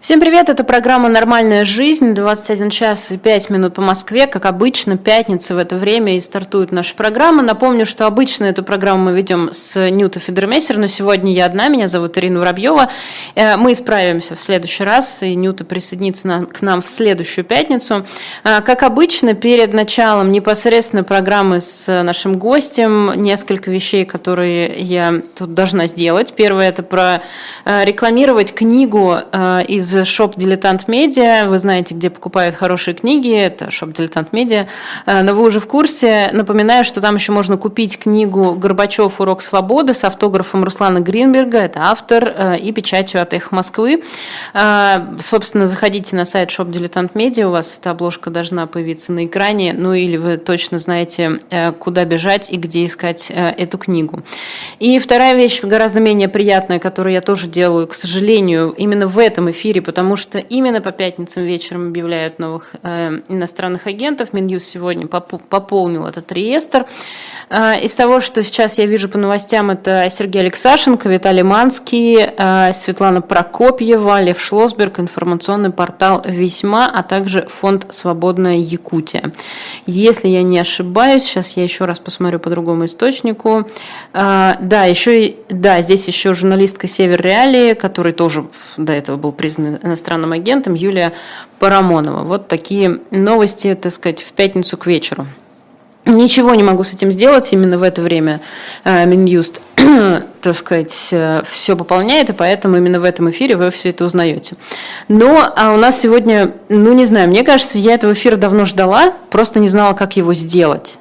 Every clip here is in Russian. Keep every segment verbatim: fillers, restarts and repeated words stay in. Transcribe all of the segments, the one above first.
Всем привет, это программа «Нормальная жизнь», двадцать один час и пять минут по Москве, как обычно, пятница в это время и стартует наша программа. Напомню, что обычно эту программу мы ведем с Нютой Федермейстер, но сегодня я одна, меня зовут Ирина Воробьева. Мы исправимся в следующий раз, и Нюта присоединится к нам в следующую пятницу. Как обычно, перед началом непосредственно программы с нашим гостем несколько вещей, которые я тут должна сделать. Первое – это прорекламировать книгу из Shop Dilettant Media. Вы знаете, где покупают хорошие книги, это Shop Dilettant Media, но вы уже в курсе. Напоминаю, что там еще можно купить книгу «Горбачев. Урок свободы» с автографом Руслана Гринберга, это автор, и печатью от «Эхо Москвы». Собственно, заходите на сайт Shop Dilettant Media, у вас эта обложка должна появиться на экране, ну или вы точно знаете, куда бежать и где искать эту книгу. И вторая вещь, гораздо менее приятная, которую я тоже делаю, к сожалению, именно в этом эфире, потому что именно по пятницам вечером объявляют новых э, иностранных агентов. Минюст сегодня поп- пополнил этот реестр. Э, из того, что сейчас я вижу по новостям, это Сергей Алексашенко, Виталий Манский, э, Светлана Прокопьева, Лев Шлосберг, информационный портал «Весьма», а также фонд «Свободная Якутия». Если я не ошибаюсь, сейчас я еще раз посмотрю по другому источнику. Э, да, еще и, да, здесь еще журналистка «Север Реалии», который тоже до этого был признан иностранным агентом, Юлия Парамонова. Вот такие новости, так сказать, в пятницу к вечеру. Ничего не могу с этим сделать, именно в это время э, Минюст, так сказать, э, все пополняет, и поэтому именно в этом эфире вы все это узнаете. Но а у нас сегодня, ну не знаю, мне кажется, я этого эфира давно ждала, просто не знала, как его сделать.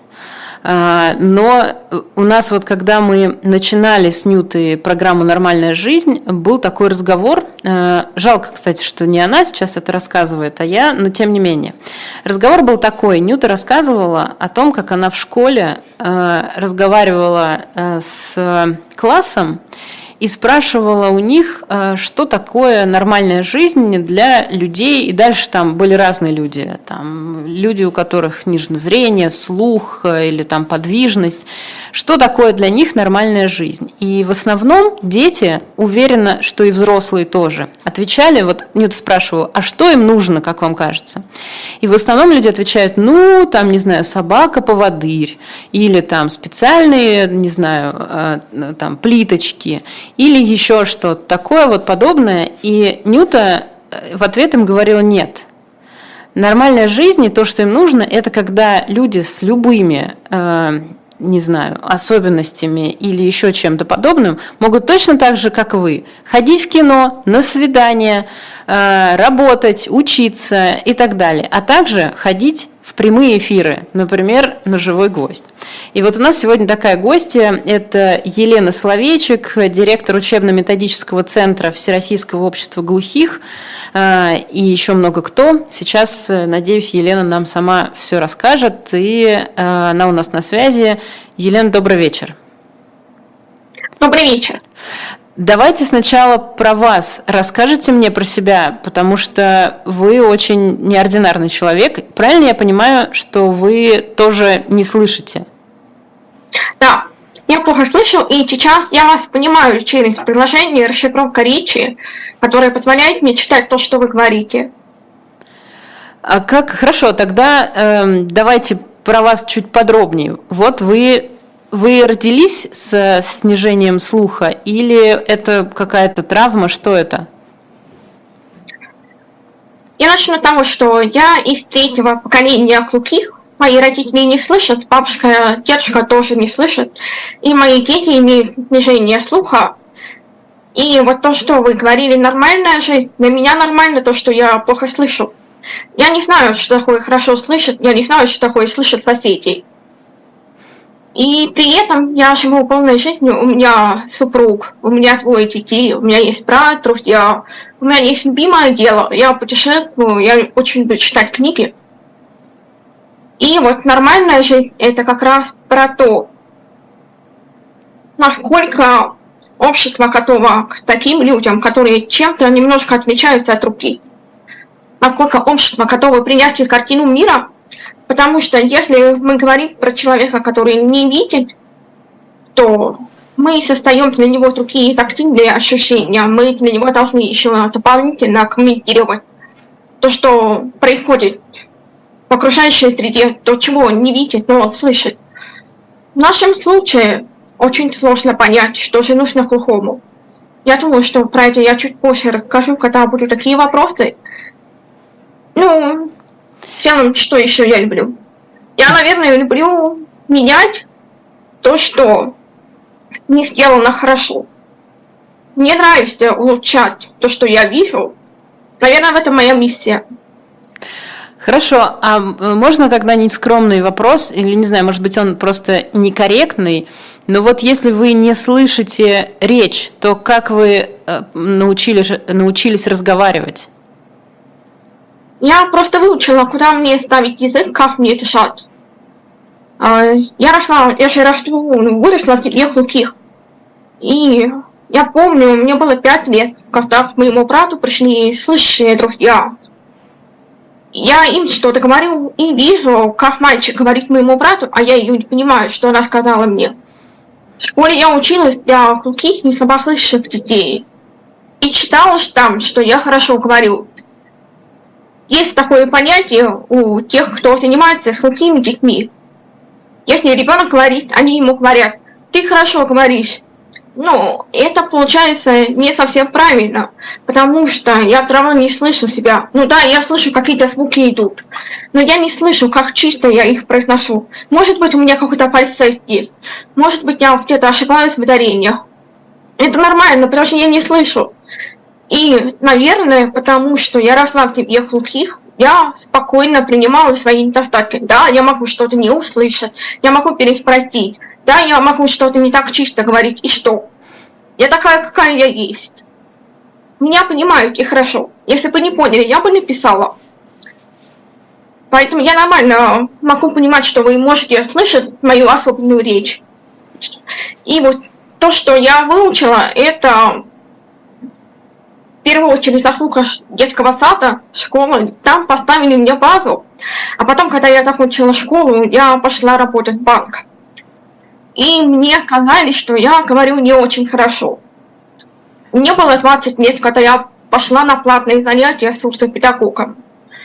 Но у нас вот, когда мы начинали с Нютой программу «Нормальная жизнь», был такой разговор. Жалко, кстати, что не она сейчас это рассказывает, а я, но тем не менее. Разговор был такой. Нюта рассказывала о том, как она в школе разговаривала с классом и спрашивала у них, что такое нормальная жизнь для людей. И дальше там были разные люди. Там люди, у которых снижено зрение, слух или там подвижность. Что такое для них нормальная жизнь? И в основном дети, уверена, что и взрослые тоже, отвечали, вот Нюта спрашивала, а что им нужно, как вам кажется? И в основном люди отвечают, ну, там, не знаю, собака-поводырь, или там специальные, не знаю, там плиточки, или еще что-то такое вот подобное. И Нюта в ответ им говорила нет. Нормальная жизнь и то, что им нужно, это когда люди с любыми, э, не знаю, особенностями или еще чем-то подобным могут точно так же, как вы, ходить в кино, на свидания, э, работать, учиться и так далее, а также ходить в прямые эфиры, например, на «Живой гвоздь». И вот у нас сегодня такая гостья, это Елена Соловейчик, директор учебно-методического центра Всероссийского общества глухих, и еще много кто. Сейчас, надеюсь, Елена нам сама все расскажет, и она у нас на связи. Елена, добрый вечер. Добрый вечер. Давайте сначала про вас. Расскажите мне про себя, потому что вы очень неординарный человек. Правильно я понимаю, что вы тоже не слышите? Да, я плохо слышу, и сейчас я вас понимаю через приложение расшифровка речи, которое позволяет мне читать то, что вы говорите. А как? Хорошо, тогда э, давайте про вас чуть подробнее. Вот вы... Вы родились с снижением слуха или это какая-то травма? Что это? Я начну с того, что я из третьего поколения глухих. Мои родители не слышат, бабушка, дедушка тоже не слышат. И мои дети имеют снижение слуха. И вот то, что вы говорили, нормальная жизнь, для меня нормально то, что я плохо слышу. Я не знаю, что такое хорошо слышать, я не знаю, что такое слышать соседей. И при этом я живу полной жизнью, у меня супруг, у меня двое детей, у меня есть брат, друзья, у меня есть любимое дело, я путешествую, я очень люблю читать книги. И вот нормальная жизнь – это как раз про то, насколько общество готово к таким людям, которые чем-то немножко отличаются от других. Насколько общество готово принять их картину мира. Потому что если мы говорим про человека, который не видит, то мы создаем для него другие тактильные ощущения, мы для него должны еще дополнительно комментировать то, что происходит в окружающей среде, то, чего он не видит, но он слышит. В нашем случае очень сложно понять, что же нужно глухому. Я думаю, что про это я чуть позже расскажу, когда будут такие вопросы. Ну, в целом, что еще я люблю? Я, наверное, люблю менять то, что не сделано хорошо. Мне нравится улучшать то, что я вижу. Наверное, в этом моя миссия. Хорошо, а можно тогда нескромный вопрос, или, не знаю, может быть, он просто некорректный, но вот если вы не слышите речь, то как вы научились, научились разговаривать? Я просто выучила, куда мне ставить язык, как мне дышать. Я росла, я же расту, выросла в семье глухих. И я помню, мне было пять лет, когда к моему брату пришли слышащие друзья. Я им что-то говорю и вижу, как мальчик говорит моему брату, а я ее не понимаю, что она сказала мне. В школе я училась для глухих, неслабослышащих детей. И читала там, что я хорошо говорю. Есть такое понятие у тех, кто занимается с глухими детьми. Если ребенок говорит, они ему говорят: ты хорошо говоришь. Ну, это получается не совсем правильно, потому что я все равно не слышу себя. Ну да, я слышу, какие-то звуки идут, но я не слышу, как чисто я их произношу. Может быть, у меня какой-то фальцет есть, может быть, я где-то ошибаюсь в ударениях. Это нормально, потому что я не слышу. И, наверное, потому что я росла в семье глухих, я спокойно принимала свои недостатки. Да, я могу что-то не услышать, я могу переспросить. Да, я могу что-то не так чисто говорить, и что? Я такая, какая я есть. Меня понимают, и хорошо. Если бы не поняли, я бы написала. Поэтому я нормально могу понимать, что вы можете слышать мою особенную речь. И вот то, что я выучила, это в первую очередь заслуга детского сада, школы. Там поставили мне базу. А потом, когда я закончила школу, я пошла работать в банк. И мне сказали, что я говорю не очень хорошо. Мне было двадцать лет, когда я пошла на платные занятия с сурдопедагогом.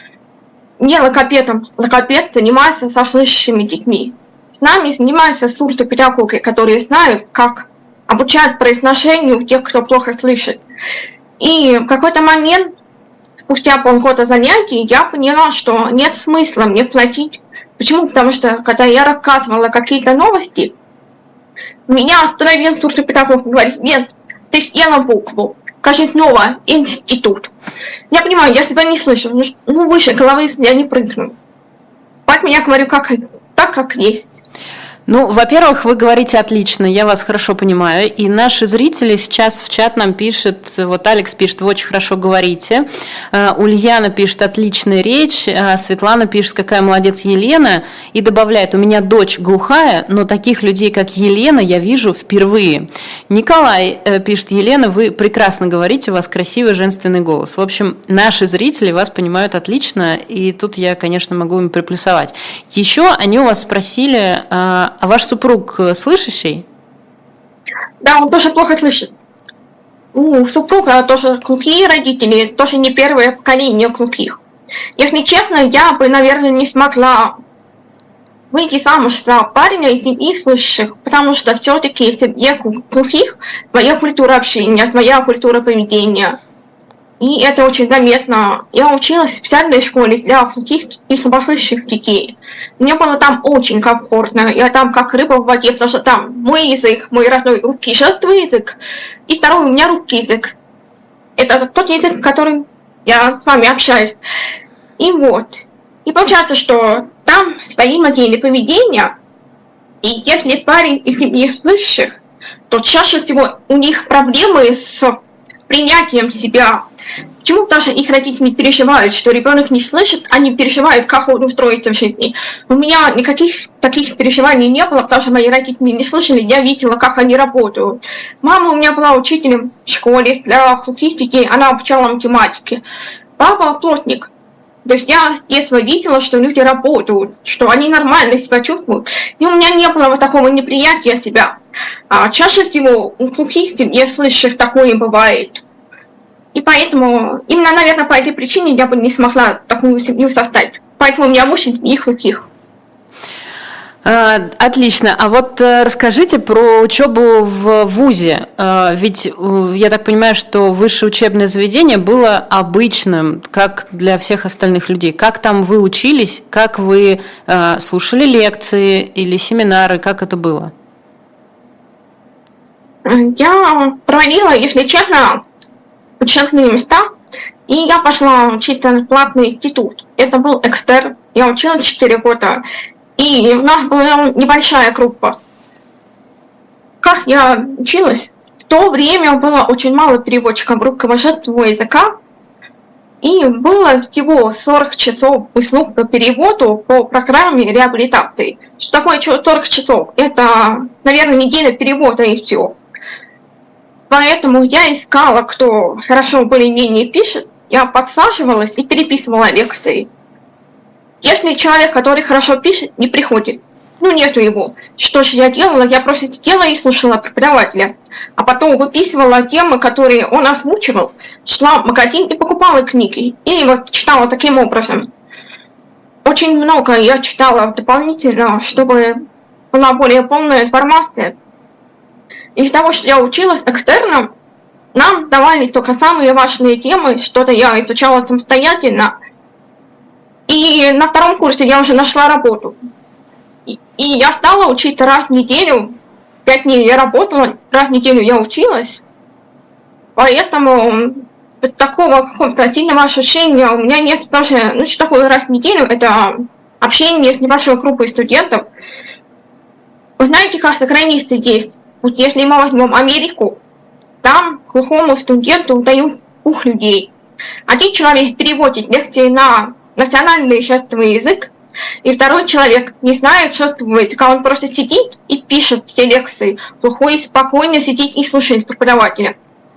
Не логопедом. Логопед занимается со слышащими детьми. С нами занимаются сурдопедагоги, которые знают, как обучать произношению тех, кто плохо слышит. И в какой-то момент, спустя полгода занятий, я поняла, что нет смысла мне платить. Почему? Потому что, когда я рассказывала какие-то новости, меня остановил сурдопедагог и говорит: нет, ты съела букву, скажи снова институт. Я понимаю, я себя не слышу, ну выше головы я не прыгну. Поэтому я говорю как, так, как есть. Ну, во-первых, вы говорите отлично, я вас хорошо понимаю, и наши зрители сейчас в чат нам пишут, вот Алекс пишет: вы очень хорошо говорите, Ульяна пишет: отличная речь, Светлана пишет: какая молодец Елена, и добавляет: у меня дочь глухая, но таких людей, как Елена, я вижу впервые. Николай пишет: Елена, вы прекрасно говорите, у вас красивый женственный голос. В общем, наши зрители вас понимают отлично, и тут я, конечно, могу им приплюсовать. Еще они у вас спросили: а ваш супруг слышащий? Да, он тоже плохо слышит. У супруга тоже глухие родители, тоже не первое поколение глухих. Если честно, я бы, наверное, не смогла выйти замуж за парня из семьи слышащих, потому что все-таки в семье глухих своя культура общения, своя культура поведения. И это очень заметно. Я училась в специальной школе для глухих и слабослышащих детей. Мне было там очень комфортно. Я там как рыба в воде, потому что там мой язык, мой родной русский жестовый язык, и второй у меня русский язык. Это тот язык, которым я с вами общаюсь. И вот. И получается, что там свои модели поведения, и если парень из семьи слышащих, то чаще всего у них проблемы с принятием себя. Почему даже их родители переживают, что ребенок не слышит, они переживают, как он устроится в жизни. У меня никаких таких переживаний не было, потому что мои родители не слышали, я видела, как они работают. Мама у меня была учителем в школе для глухих детей, она обучала математике. Папа плотник. То есть я с детства видела, что люди работают, что они нормально себя чувствуют. И у меня не было вот такого неприятия себя. А чаще всего у глухих семье слышащих такое бывает. И поэтому, именно, наверное, по этой причине я бы не смогла такую семью создать. Поэтому у меня муж из глухих. Отлично. А вот расскажите про учебу в вузе. Ведь я так понимаю, что высшее учебное заведение было обычным, как для всех остальных людей. Как там вы учились? Как вы слушали лекции или семинары? Как это было? Я проводила, если честно, учебные места, и я пошла учиться в платный институт. Это был экстерн. Я училась четыре года. И у нас была небольшая группа. Как я училась? В то время было очень мало переводчиков русского языка, и было всего сорок часов услуг по переводу по программе реабилитации. Что такое сорок часов? Это, наверное, неделя перевода и все. Поэтому я искала, кто хорошо более-менее пишет, я подсаживалась и переписывала лекции. Если человек, который хорошо пишет, не приходит, ну нету его. Что же я делала? Я просто сидела и слушала преподавателя, а потом выписывала темы, которые он озвучивал, шла в магазин и покупала книги, и вот читала таким образом. Очень много я читала дополнительно, чтобы была более полная информация. Из-за того, что я училась экстерном, нам давали только самые важные темы, что-то я изучала самостоятельно. И на втором курсе я уже нашла работу. И, и я стала учиться раз в неделю. Пять дней я работала, раз в неделю я училась. Поэтому такого какого-то сильного ощущения у меня нет даже... Ну, что такое раз в неделю? Это общение с небольшой группой студентов. Вы знаете, как за границей есть? Вот если мы возьмем Америку, там глухому студенту дают двух людей. Один человек переводит лекции на национальный жестовый язык, и второй человек не знает жестового языка, он просто сидит и пишет все лекции, глухой спокойно сидит и слушает преподавателя.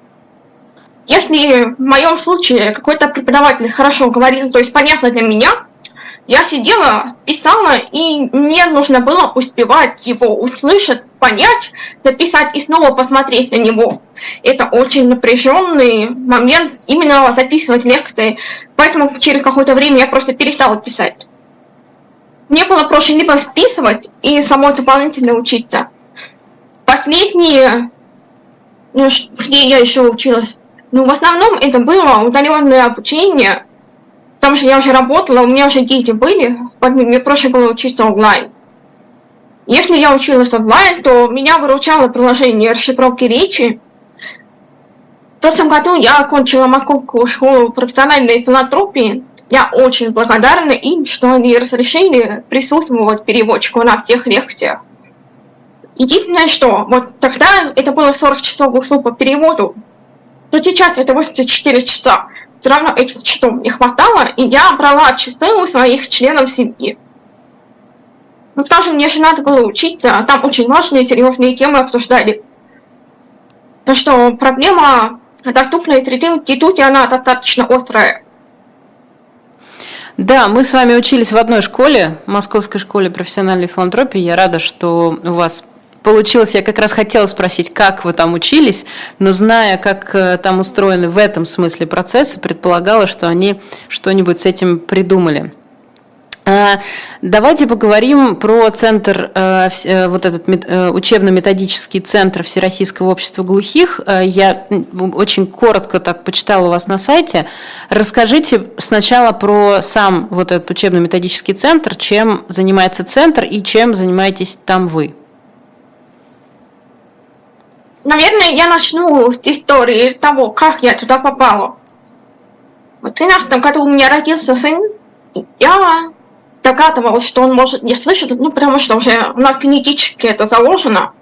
Если в моем случае какой-то преподаватель хорошо говорил, то есть понятно для меня, я сидела, писала, и мне нужно было успевать его услышать, понять, записать и снова посмотреть на него. Это очень напряженный момент именно записывать лекции, поэтому через какое-то время я просто перестала писать. Мне было проще либо списывать и самой дополнительно учиться. Последние, ну, где я еще училась, ну, в основном это было удаленное обучение, потому что я уже работала, у меня уже дети были, поэтому мне проще было учиться онлайн. Если я училась онлайн, то меня выручало приложение расшифровки речи. В прошлом году я окончила Московскую школу профессиональной филантропии. Я очень благодарна им, что они разрешили присутствовать переводчику на всех лекциях. Единственное, что вот тогда это было сорок часов услуг по переводу, но сейчас это восемьдесят четыре часа. Все равно этих часов не хватало, и я брала часы у своих членов семьи. Ну, потому что мне же надо было учиться, а там очень важные, серьезные темы обсуждали. Так что проблема доступной среды в институте, она достаточно острая. Да, мы с вами учились в одной школе, Московской школе профессиональной филантропии. Я рада, что у вас получилось. Я как раз хотела спросить, как вы там учились, но зная, как там устроены в этом смысле процессы, предполагала, что они что-нибудь с этим придумали. Давайте поговорим про центр, вот этот учебно-методический центр Всероссийского общества глухих. Я очень коротко так почитала у вас на сайте. Расскажите сначала про сам вот этот учебно-методический центр, чем занимается центр и чем занимаетесь там вы. Наверное, я начну с истории того, как я туда попала. В тринадцатом году у меня родился сын, я догадывалась, что он может не слышать, ну, потому что уже на генетически это заложено.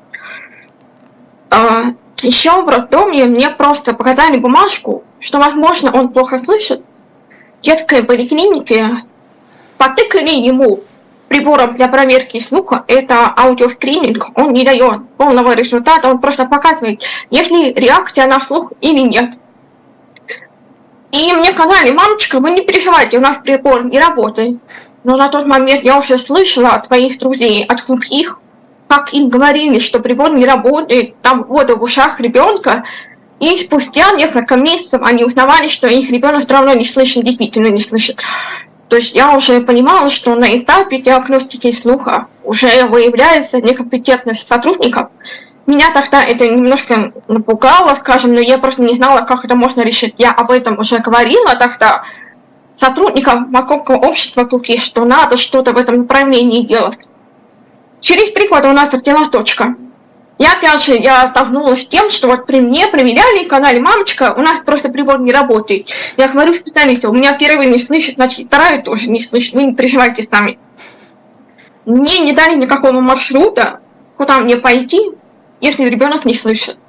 Еще в роддоме мне просто показали бумажку, что, возможно, он плохо слышит. В детской поликлинике потыкали ему прибором для проверки слуха, это аудиоскрининг, он не дает полного результата, он просто показывает, есть ли реакция на слух или нет. И мне сказали: мамочка, вы не переживайте, у нас прибор не работает. Но на тот момент я уже слышала от своих друзей, от других, как им говорили, что прибор не работает, там вода в ушах ребенка. И спустя несколько месяцев они узнавали, что их ребенок все равно не слышит, действительно не слышит. То есть я уже понимала, что на этапе диагностики слуха уже выявляется некомпетентность сотрудников. Меня тогда это немножко напугало, скажем, но я просто не знала, как это можно решить. Я об этом уже говорила тогда сотрудникам Московского общества глухих, что надо что-то в этом направлении делать. Через три года у нас родилась дочка. Я опять же, я столкнулась с тем, что вот при мне проверяли, сказали: мамочка, у нас просто прибор не работает. Я говорю специалисту: у меня первый не слышит, значит вторая тоже не слышит, вы не переживайте с нами. Мне не дали никакого маршрута, куда мне пойти, если ребенок не слышит.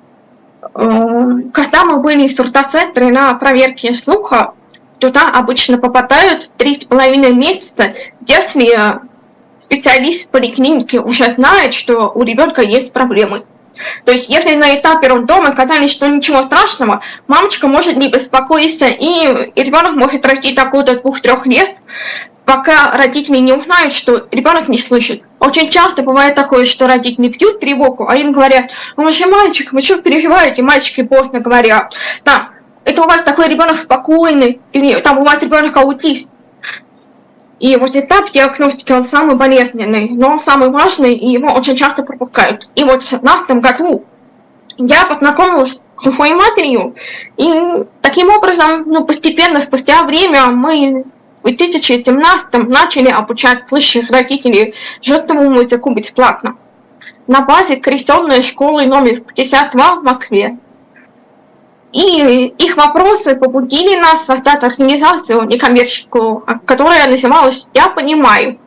Когда мы были в сурдоцентре на проверке слуха, туда обычно попадают три с половиной месяца, если специалист в поликлинике уже знает, что у ребенка есть проблемы. То есть, если на этапе роддома сказали, что ничего страшного, мамочка может не беспокоиться, и, и ребенок может расти так до двух-трех лет, пока родители не узнают, что ребенок не слышит. Очень часто бывает такое, что родители бьют тревогу, а им говорят: ну, же мальчик, вы что переживаете? Мальчики поздно говорят: там, это у вас такой ребенок спокойный, или там у вас ребенок аутист. И вот этап диагностики, он самый болезненный, но он самый важный, и его очень часто пропускают. И вот в две тысячи шестнадцатом году я познакомилась с глухой матерью, и таким образом, ну, постепенно, спустя время, мы в две тысячи семнадцатом начали обучать слышащих родителей жестовому языку бесплатно на базе крещенной школы номер пятьдесят два в Москве. И их вопросы побудили нас создать организацию некоммерческую, которая называлась «Я понимаю».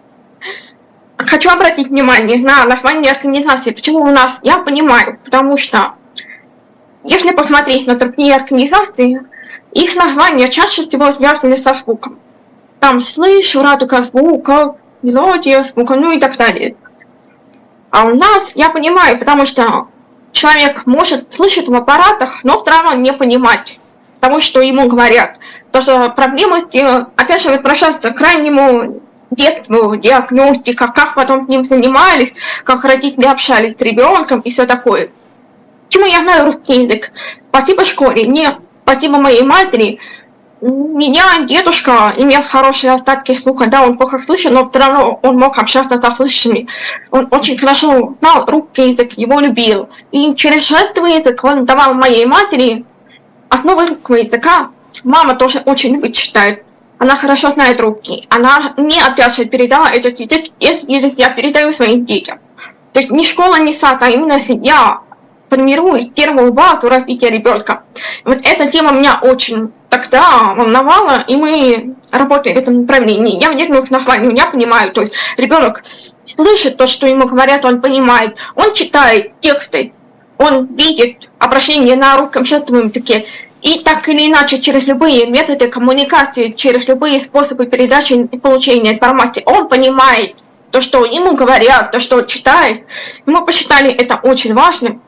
Хочу обратить внимание на название организации. Почему у нас «Я понимаю»? Потому что, если посмотреть на другие организации, их названия чаще всего связаны со звуком. Там слышу, радуга звука, мелодия звука, ну и так далее. А у нас «Я понимаю», потому что человек может слышать в аппаратах, но все равно не понимать того, что ему говорят. Потому что проблемы, опять же, возвращаются к крайнему детству, диагностика, как потом с ним занимались, как родители общались с ребенком и все такое. Почему я знаю русский язык? Спасибо школе, нет, спасибо моей матери. У меня дедушка имел хорошие остатки слуха, да, он плохо слышал, но все равно он мог общаться со слышащими. Он очень хорошо знал русский язык, его любил. И через жестовый язык он давал моей матери основы русского языка. Мама тоже очень любит читать. Она хорошо знает русский. Она мне опять же передала этот язык, этот язык я передаю своим детям. То есть не школа, не сад, а именно семья формирует первую базу развития ребенка. Вот эта тема меня очень тогда волновала, и мы работали в этом направлении. Я вернулась к названию, я понимаю, то есть ребенок слышит то, что ему говорят, он понимает, он читает тексты, он видит обращение на русском жестовом языке, и так или иначе через любые методы коммуникации, через любые способы передачи и получения информации, он понимает то, что ему говорят, то, что он читает. И мы посчитали это очень важным.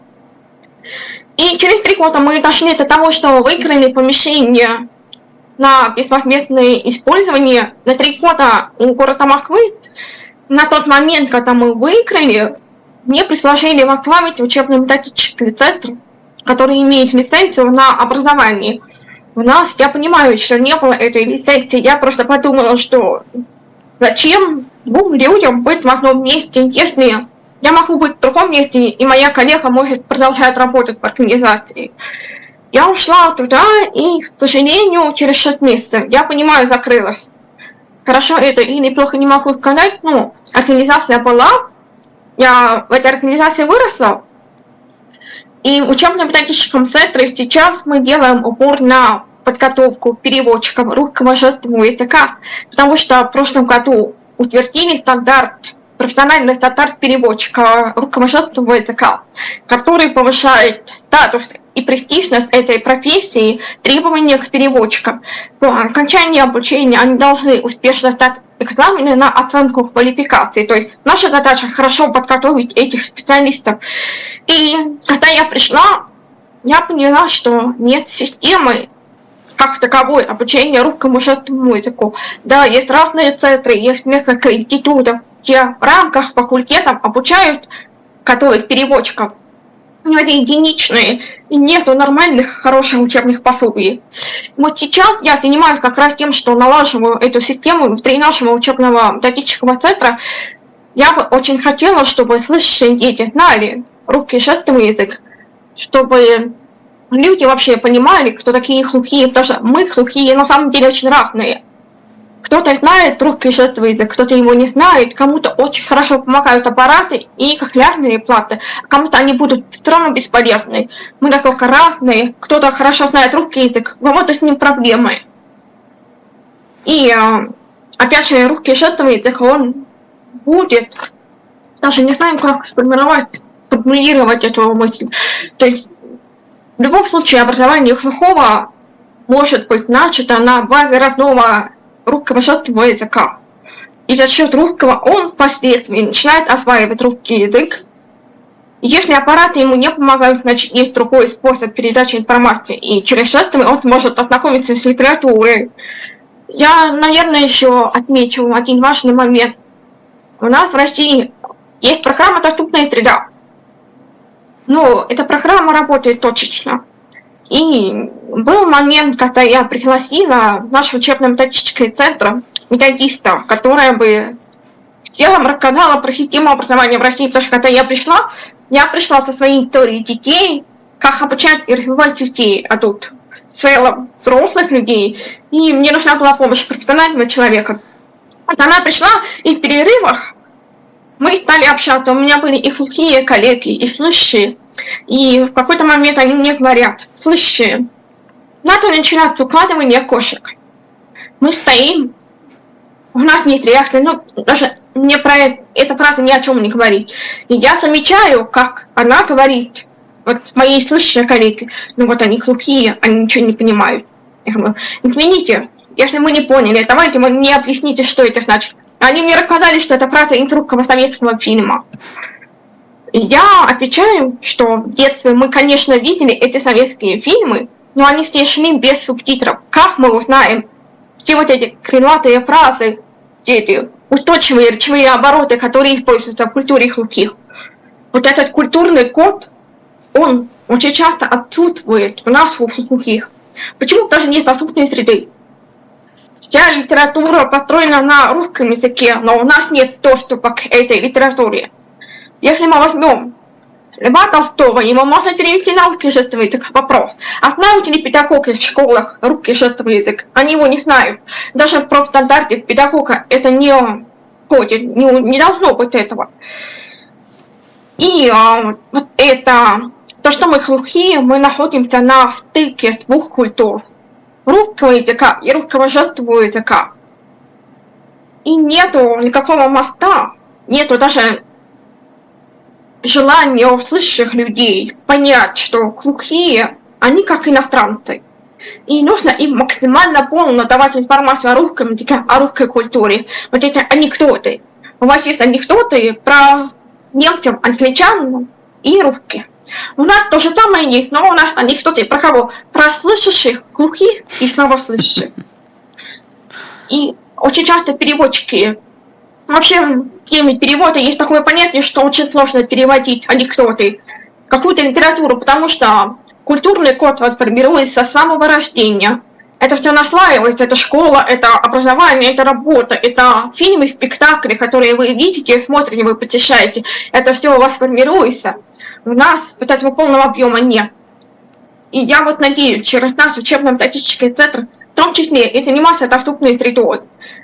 И через три года мы дошли до того, что выиграли помещение на безвозмездное использование. На три года у города Москвы, на тот момент, когда мы выиграли, мне предложили возглавить учебно-методический центр, который имеет лицензию на образование. У нас, я понимаю, что не было этой лицензии, я просто подумала, что зачем двум людям быть в одном месте, если я могу быть в другом месте, и моя коллега может продолжать работать в организации. Я ушла туда, и, к сожалению, через шесть месяцев, я понимаю, закрылась. Хорошо это или плохо, не могу сказать, но организация была, я в этой организации выросла, и в учебно-методическом центре сейчас мы делаем упор на подготовку переводчиков русского жестового языка, потому что в прошлом году утвердили стандарт, профессиональный стандарт переводчика русского жестового языка, который повышает статус и престижность этой профессии, требования к переводчикам. По окончании обучения они должны успешно сдать экзамены на оценку квалификации. То есть наша задача хорошо подготовить этих специалистов. И когда я пришла, я поняла, что нет системы, как таковое обучение русскому жестовому языку. Да, есть разные центры, есть несколько институтов, где в рамках факультетов обучают готовить переводчиков. Но это единичные, и нету нормальных, хороших учебных пособий. Вот сейчас я занимаюсь как раз тем, что налаживаю эту систему внутри нашего учебного методического центра. Я бы очень хотела, чтобы слышащие дети знали русский жестовый язык, чтобы люди вообще понимали, кто такие глухие, потому что мы глухие на самом деле очень разные. Кто-то знает русский жестовый язык, кто-то его не знает, кому-то очень хорошо помогают аппараты и кохлеарные платы, а кому-то они будут все равно бесполезны. Мы настолько разные, кто-то хорошо знает русский язык, у кого-то с ним проблемы. И опять же, русский жестовый язык, он будет, даже не знаю, как сформировать, формулировать эту мысль. То есть в любом случае образование глухого может быть начато на базе родного русского жестового языка. И за счет русского он впоследствии начинает осваивать русский язык. Если аппараты ему не помогают, значит есть другой способ передачи информации. И через жестовый он сможет ознакомиться с литературой. Я, наверное, еще отмечу один важный момент. У нас в России есть программа «Доступная среда». Но эта программа работает точечно. И был момент, когда я пригласила в наш учебно-методический центр методиста, которая бы в целом рассказала про систему образования в России, потому что когда я пришла, я пришла со своей историей детей, как обучать и развивать детей, а тут в целом взрослых людей, и мне нужна была помощь профессионального человека. Вот она пришла, и в перерывах мы стали общаться, у меня были и глухие коллеги, и слышащие, и в какой-то момент они мне говорят: слышащие, надо начинать с укладывания кошек. Мы стоим, у нас нет реакции, ну, даже мне про эта фраза ни о чем не говорит. И я замечаю, как она говорит, вот моей слышащей коллеги, ну вот они глухие, они ничего не понимают. Я говорю: извините, если мы не поняли, давайте вы мне объясните, что это значит. Они мне рассказали, что это фраза из русского советского фильма. Я отвечаю, что в детстве мы, конечно, видели эти советские фильмы, но они все шли без субтитров. Как мы узнаем все вот эти крылатые фразы, все эти устойчивые речевые обороты, которые используются в культуре глухих? Вот этот культурный код, он очень часто отсутствует у нас у глухих. Почему даже нет доступной среды? Вся литература построена на русском языке, но у нас нет доступа к этой литературе. Если мы возьмем Льва Толстого, ему можно перевести на русский жестовый язык. Вопрос: а знают ли педагоги в школах русский жестовый язык? Они его не знают. Даже в профстандарте педагога это не входит, не, не должно быть этого. И а, вот это, то, что мы глухие, мы находимся на стыке двух культур. Русского языка и русского жестового языка. И нету никакого моста, нету даже желания у слышащих людей понять, что глухие, они как иностранцы. И нужно им максимально полно давать информацию о русском языке, о русской культуре. Вот эти анекдоты. У вас есть анекдоты про немцев, англичан и русских. У нас то же самое есть, но у нас анекдоты про кого? Про слышащих, глухих и слабослышащих. И очень часто переводчики, вообще в теме перевода есть такое понятие, что очень сложно переводить анекдоты, какую-то литературу, потому что культурный код формируется с самого рождения. Это все наслаивается, это школа, это образование, это работа, это фильмы, спектакли, которые вы видите, смотрите, вы посещаете. Это все у вас формируется. У нас вот этого полного объема нет. И я вот надеюсь, через наш учебно-методический центр, в том числе и заниматься доступной средой.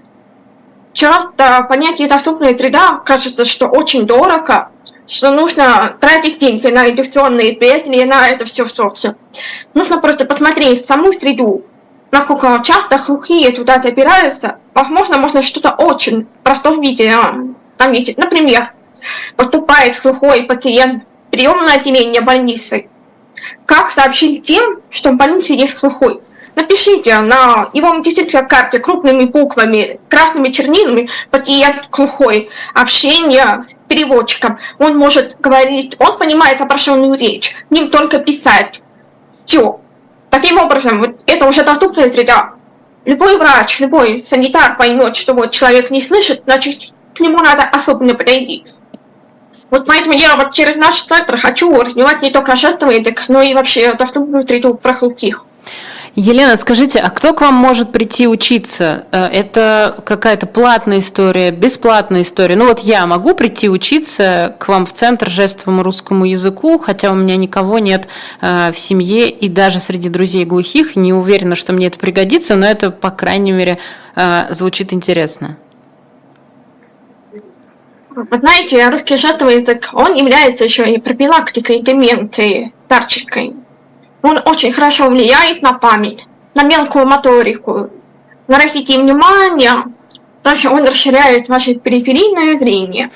Часто понятие доступная среда кажется, что очень дорого, что нужно тратить деньги на индукционные петли, на это все, все, все. Нужно просто посмотреть саму среду, насколько часто глухие туда забираются. Возможно, можно что-то очень в простом виде там видеть. Например, поступает глухой пациент в приемное отделение больницы. Как сообщить тем, что в больнице есть глухой? Напишите на его медицинской карте крупными буквами, красными чернилами: пациент глухой. Общение с переводчиком. Он может говорить, он понимает обращенную речь. Ним только писать. Все. Таким образом, вот это уже доступная среда. Любой врач, любой санитар поймет, что вот человек не слышит, значит, к нему надо особенно подойти. Вот поэтому я вот через наш центр хочу развивать не только жестовый язык, но и вообще доступную среду про глухих. Елена, скажите, а кто к вам может прийти учиться? Это какая-то платная история, бесплатная история? Ну вот я могу прийти учиться к вам в Центр жестовому русскому языку, хотя у меня никого нет в семье и даже среди друзей глухих. Не уверена, что мне это пригодится, но это, по крайней мере, звучит интересно. Вы знаете, русский жестовый язык, он является еще и профилактикой деменции старческой. Он очень хорошо влияет на память, на мелкую моторику, на развитие внимания. Также он расширяет ваше периферийное зрение.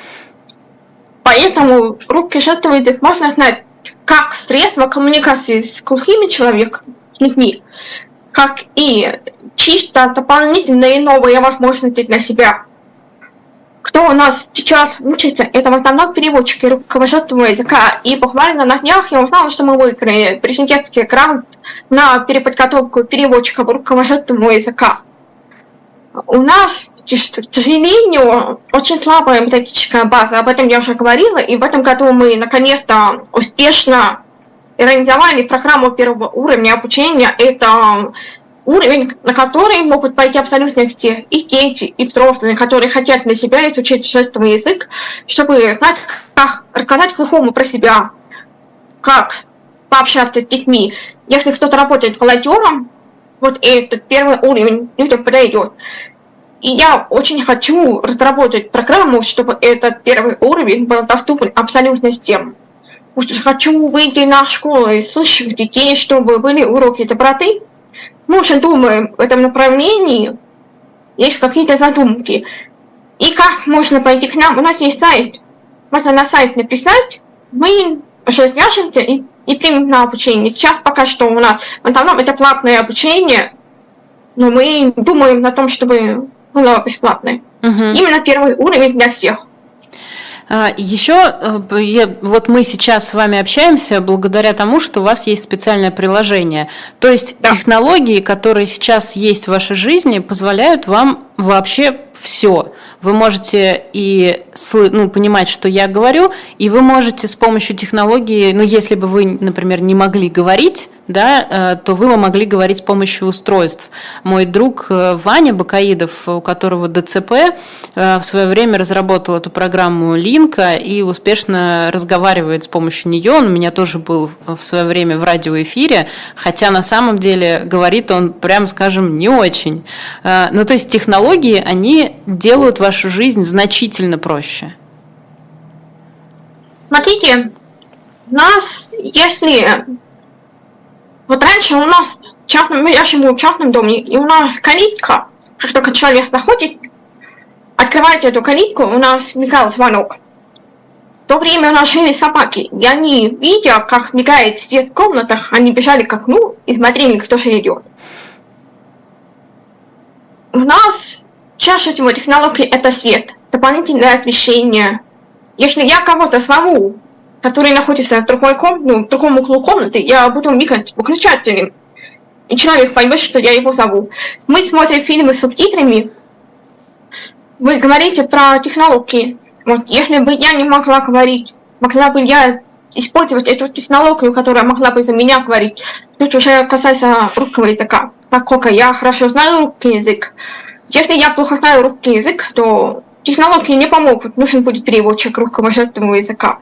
Поэтому русский жестовый язык можно знать как средство коммуникации с глухими человеками, как и чисто дополнительные новые возможности для себя. Кто у нас сейчас учится, это в основном переводчики русского жестового языка. И буквально на днях я узнала, что мы выиграли президентский грант на переподготовку переводчиков русского жестового языка. У нас, к сожалению, очень слабая методическая база, об этом я уже говорила, и в этом году мы наконец-то успешно реализовали программу первого уровня обучения. Это уровень, на который могут пойти абсолютно все, и дети, и взрослые, которые хотят для себя изучить жестовый язык, чтобы знать, как рассказать глухому про себя, как пообщаться с детьми. Если кто-то работает волонтером, вот этот первый уровень людям подойдет. И я очень хочу разработать программу, чтобы этот первый уровень был доступен абсолютно всем. Хочу выйти на школы слышащих детей, чтобы были уроки доброты. Мы уже думаем в этом направлении, есть какие-то задумки. И как можно пойти к нам? У нас есть сайт. Можно на сайт написать, мы уже свяжемся и, и примем на обучение. Сейчас пока что у нас в основном это платное обучение, но мы думаем о том, чтобы было бесплатное. Угу. Именно первый уровень для всех. Еще вот мы сейчас с вами общаемся благодаря тому, что у вас есть специальное приложение. То есть да. Технологии, которые сейчас есть в вашей жизни, позволяют вам вообще все. Вы можете и ну, понимать, что я говорю, и вы можете с помощью технологии, ну, если бы вы, например, не могли говорить, да, то вы могли говорить с помощью устройств. Мой друг Ваня Бакаидов, у которого ДЦП, в свое время разработал эту программу Линка и успешно разговаривает с помощью нее. Он у меня тоже был в свое время в радиоэфире, хотя на самом деле говорит он, прямо скажем, не очень. Ну, то есть технологии, они делают вашу жизнь значительно проще. Смотрите, у нас, если... Вот раньше у нас, в частном, я живу в частном доме, и у нас калитка, как только человек заходит, открываете эту калитку, у нас мигал звонок. В то время у нас жили собаки, и они, видя, как мигает свет в комнатах, они бежали к окну и смотрели, кто же идет. У нас чаще всего технологии — это свет, дополнительное освещение. Если я кого-то зову, который находится в другой комнате, ну, в другом углу комнаты, я буду мигать выключателем, и человек поймет, что я его зову. Мы смотрим фильмы с субтитрами. Вы говорите про технологии. Вот, если бы я не могла говорить, могла бы я использовать эту технологию, которая могла бы за меня говорить. Тут уже касается русского языка. Поскольку я хорошо знаю русский язык. Если я плохо знаю русский язык, то технологии не помогут. Нужен будет переводчик русского жестового языка.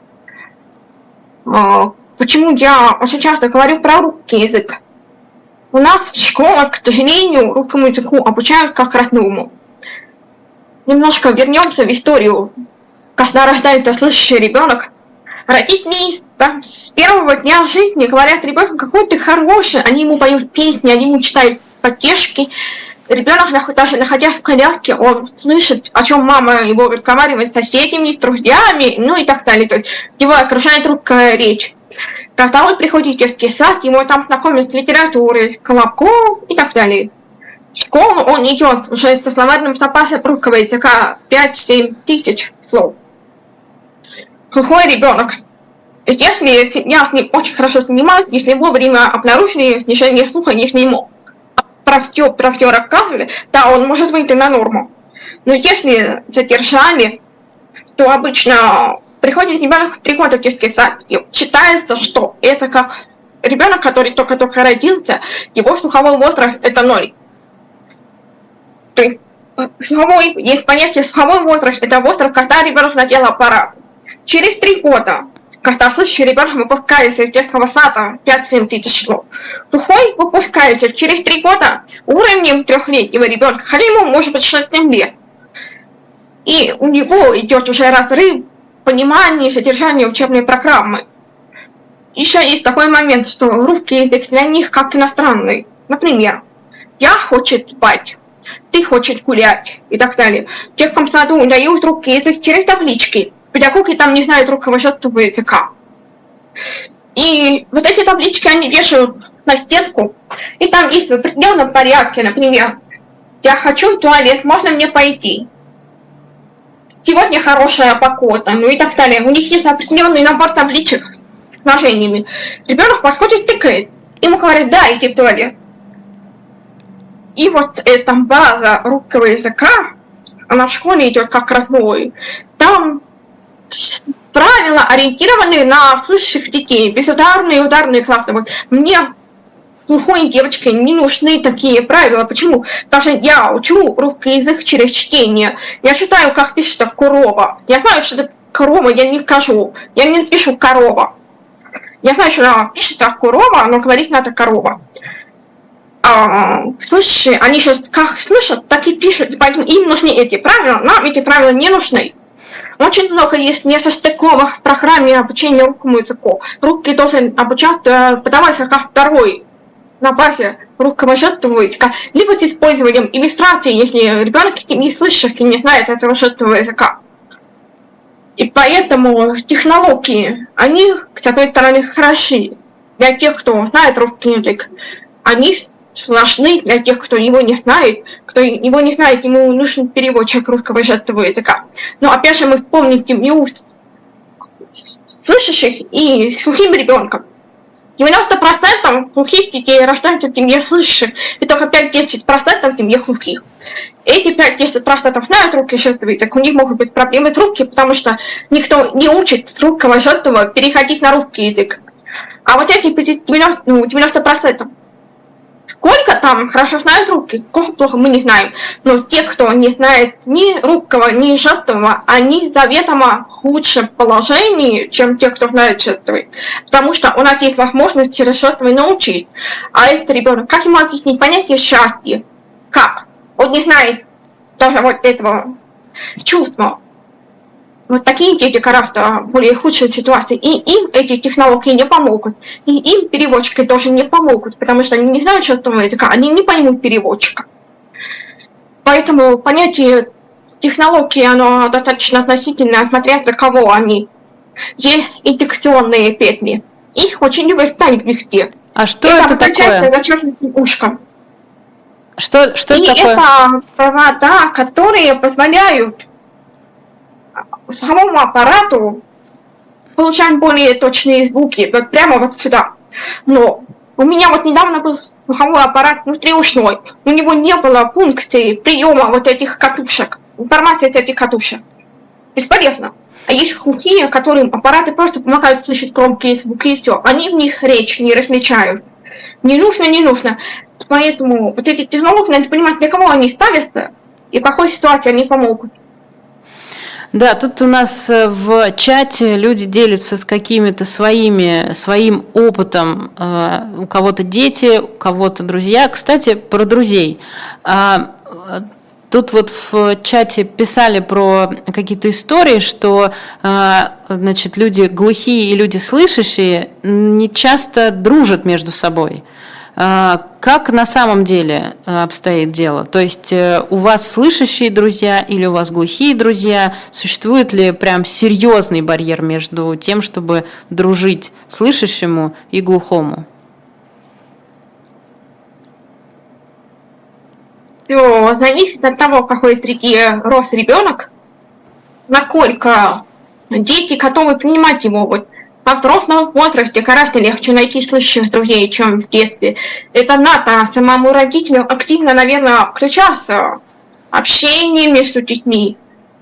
Почему я очень часто говорю про русский язык? У нас в школах, к сожалению, русскому языку обучают как родному. Немножко вернемся в историю. Когда рождается слышащий ребенок, родители с первого дня жизни говорят ребенку, какой ты хороший, они ему поют песни, они ему читают потешки. Ребенок, даже находясь в коляске, он слышит, о чем мама его разговаривает с соседями, с друзьями, ну и так далее. То есть его окружает русская речь. Когда он приходит в детский сад, его там знакомят с литературой, Колобком и так далее. В школу он идет уже со словарным запасом русского языка пять-семь тысяч слов. Глухой ребенок. Если семья с ним очень хорошо занималась, если вовремя обнаружили снижение слуха, если ему про все, про все рассказывали, да, он может выйти на норму. Но если задержали, то обычно приходит ребенок в три года в детский сад, и считается, что это как ребенок, который только-только родился, его слуховой возраст это ноль. То есть слуховой, есть понятие слуховой возраст, это возраст, когда ребенок надел аппарат. Через три года, когда слышащий ребенок выпускается из детского сада пять-семь тысяч слов, глухой выпускается через три года с уровнем трехлетнего ребенка, хотя ему может быть шесть-семь лет. И у него идет уже разрыв понимания содержания учебной программы. Еще есть такой момент, что русский язык для них как иностранный. Например, я хочу спать, ты хочешь гулять и так далее. В детском саду дают русский язык через таблички. Педагоги там не знают руководящего языка. И вот эти таблички они вешают на стенку, и там есть в определенном порядке, например, я хочу в туалет, можно мне пойти? Сегодня хорошая погода, ну и так далее. У них есть определенный набор табличек с сложениями. Ребенок подходит, тыкает, ему говорят, да, иди в туалет. И вот эта база русского языка, она в школе идет как разбой. Там правила ориентированы на слышащих детей, безударные и ударные классы. Вот мне, глухой девочке, не нужны такие правила. Почему? Потому что я учу русский язык через чтение. Я читаю, как пишется корова. Я знаю, что это корова, я не скажу. Я не пишу корова. Я знаю, что она пишется корова, но говорить надо корова. А, слышащие, они сейчас как слышат, так и пишут. И поэтому им нужны эти правила, нам эти правила не нужны. Очень много есть несостыковок в программе обучения русскому языку. Русский должен обучаться, подаваться как второй на базе русского жестового языка, либо с использованием иллюстрации, если ребенок не слышит и не знает этого жестового языка. И поэтому технологии, они, с одной стороны, хороши для тех, кто знает русский язык. Они сложны для тех, кто его не знает. Кто его не знает, ему нужен переводчик русского жестового языка. Но опять же мы вспомним семью слышащих и слухим ребенком. девяносто процентов глухих детей рождаются в семье слышащих, и только пять-десять процентов в семье глухих. Эти пять-десять процентов знают русский жестовый язык, у них могут быть проблемы с русским, потому что никто не учит с русского жестового переходить на русский язык. А вот эти девяносто процентов, сколько там хорошо знают русский, сколько плохо мы не знаем. Но те, кто не знает ни русского, ни жестового, они заведомо в худшем положении, чем те, кто знает жестовый. Потому что у нас есть возможность через жестовый научить. А если ребенок, как ему объяснить понятие счастья? Как? Он не знает даже вот этого чувства. Вот такие дети гораздо более худшие ситуации, и им эти технологии не помогут, и им переводчики тоже не помогут, потому что они не знают жестового языка, они не поймут переводчика. Поэтому понятие технологии, оно достаточно относительно, смотря для кого они. Есть индукционные петли, их очень любят ставить везде. А что это, это такое? Зачеркнутым ушком. Что, что и это такое? это провода, которые позволяют самому аппарату получать более точные звуки, вот прямо вот сюда. Но у меня вот недавно был слуховой аппарат внутриушной, у него не было функции приема вот этих катушек, информации от этих катушек. Бесполезно. А есть глухие, которым аппараты просто помогают слышать громкие звуки и все. Они в них речь не различают. Не нужно, не нужно. Поэтому вот эти технологии, надо понимать, для кого они ставятся и в какой ситуации они помогут. Да, тут у нас в чате люди делятся с какими-то своими, своим опытом. У кого-то дети, у кого-то друзья. Кстати, про друзей. Тут вот в чате писали про какие-то истории, что, значит, люди глухие и люди слышащие не часто дружат между собой. Как на самом деле обстоит дело? То есть у вас слышащие друзья или у вас глухие друзья? Существует ли прям серьезный барьер между тем, чтобы дружить слышащему и глухому? Все зависит от того, какой среди рос ребенок, насколько дети готовы принимать его. Вот во взрослом возрасте гораздо легче найти слышащих друзей, чем в детстве. Это надо самому родителю активно, наверное, включаться в общение между детьми.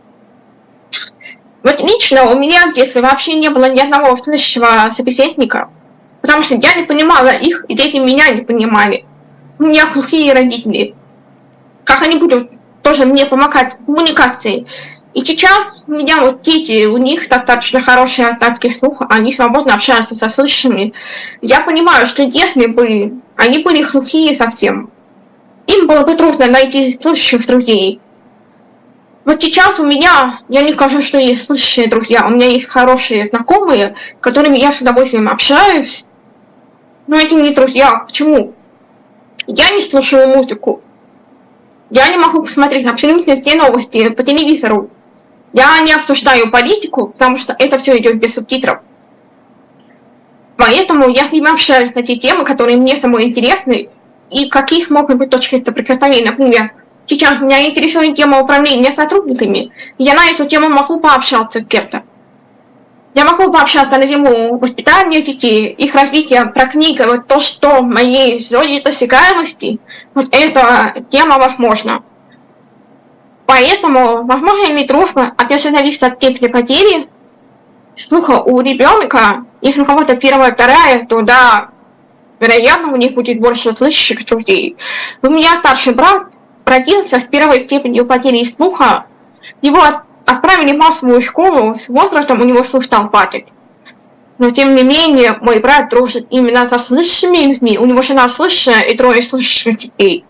Вот лично у меня в детстве вообще не было ни одного слышащего собеседника, потому что я не понимала их, и дети меня не понимали. У меня глухие родители. Как они будут тоже мне помогать в коммуникации? И сейчас у меня вот дети, у них достаточно хорошие остатки слуха, они свободно общаются со слышащими. Я понимаю, что если бы они были глухие совсем, им было бы трудно найти слышащих друзей. Вот сейчас у меня, я не скажу, что есть слышащие друзья, у меня есть хорошие знакомые, с которыми я с удовольствием общаюсь, но эти не друзья. Почему? Я не слушаю музыку. Я не могу посмотреть абсолютно все новости по телевизору. Я не обсуждаю политику, потому что это все идет без субтитров. Поэтому я с ними общаюсь на те темы, которые мне самой интересны, и каких могут быть точки соприкосновения. Например, сейчас меня интересует тема управления сотрудниками, и я на эту тему могу пообщаться с кем-то. Я могу пообщаться на тему воспитания детей, их развития, про книги, вот то, что в моей зоне досягаемости, вот эта тема возможна. Поэтому, возможно, иметь дружбу, опять же, зависит от степени потери слуха у ребенка. Если у кого-то первая, вторая, то да, вероятно, у них будет больше слышащих друзей. У меня старший брат родился с первой степенью потери слуха. Его отправили в массовую школу, с возрастом у него слух стал падать. Но тем не менее, мой брат дружит именно со слышащими людьми. У него жена слышащая и трое слышащих детей.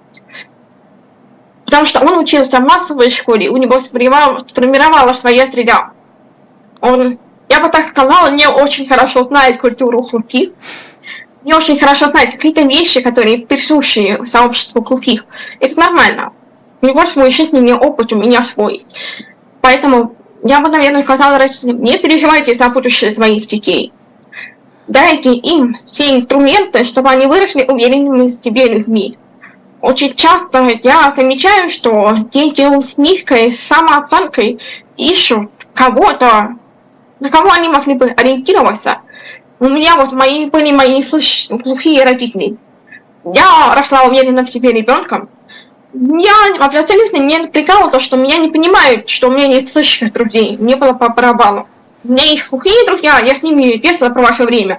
Потому что он учился в массовой школе, у него сформировалась своя среда. Он, я бы так сказала, не очень хорошо знает культуру глухих, не очень хорошо знает какие-то вещи, которые присущи сообществу глухих. Это нормально. У него свой жизненный опыт, у меня свой. Поэтому я бы, наверное, сказала родителям, не переживайте за будущее своих детей. Дайте им все инструменты, чтобы они выросли уверенными в себе людьми. Очень часто я замечаю, что дети с низкой самооценкой ищут кого-то, на кого они могли бы ориентироваться. У меня вот мои, были мои глухие родители. Я росла уверенно в себе ребенком. Я абсолютно не напрягала то, что меня не понимают, что у меня нет слышащих друзей. Мне было по барабану. У меня есть глухие друзья, я с ними весело провожу время.